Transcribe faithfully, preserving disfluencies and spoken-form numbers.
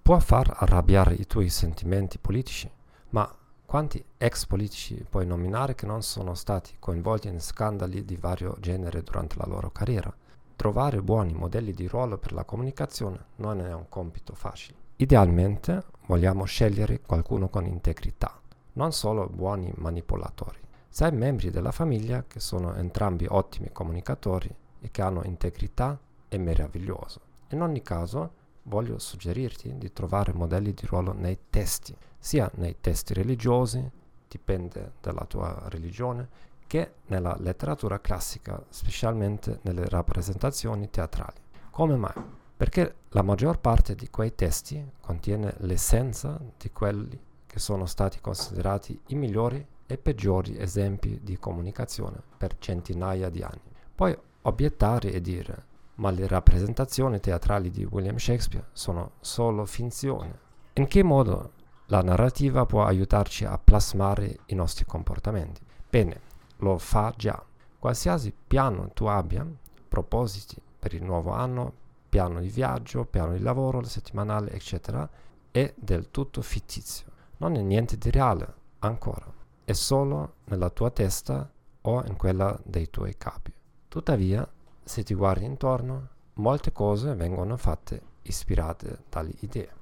può far arrabbiare i tuoi sentimenti politici, ma quanti ex politici puoi nominare che non sono stati coinvolti in scandali di vario genere durante la loro carriera? Trovare buoni modelli di ruolo per la comunicazione non è un compito facile. Idealmente vogliamo scegliere qualcuno con integrità, non solo buoni manipolatori. Se hai membri della famiglia che sono entrambi ottimi comunicatori e che hanno integrità, è meraviglioso. In ogni caso, voglio suggerirti di trovare modelli di ruolo nei testi, sia nei testi religiosi, dipende dalla tua religione, che nella letteratura classica, specialmente nelle rappresentazioni teatrali. Come mai? Perché la maggior parte di quei testi contiene l'essenza di quelli che sono stati considerati i migliori e peggiori esempi di comunicazione per centinaia di anni. Puoi obiettare e dire: ma le rappresentazioni teatrali di William Shakespeare sono solo finzione. In che modo la narrativa può aiutarci a plasmare i nostri comportamenti? Bene, lo fa già. Qualsiasi piano tu abbia, propositi per il nuovo anno, piano di viaggio, piano di lavoro, settimanale, eccetera, è del tutto fittizio. Non è niente di reale, ancora. È solo nella tua testa o in quella dei tuoi capi. Tuttavia, se ti guardi intorno, molte cose vengono fatte ispirate dalle idee.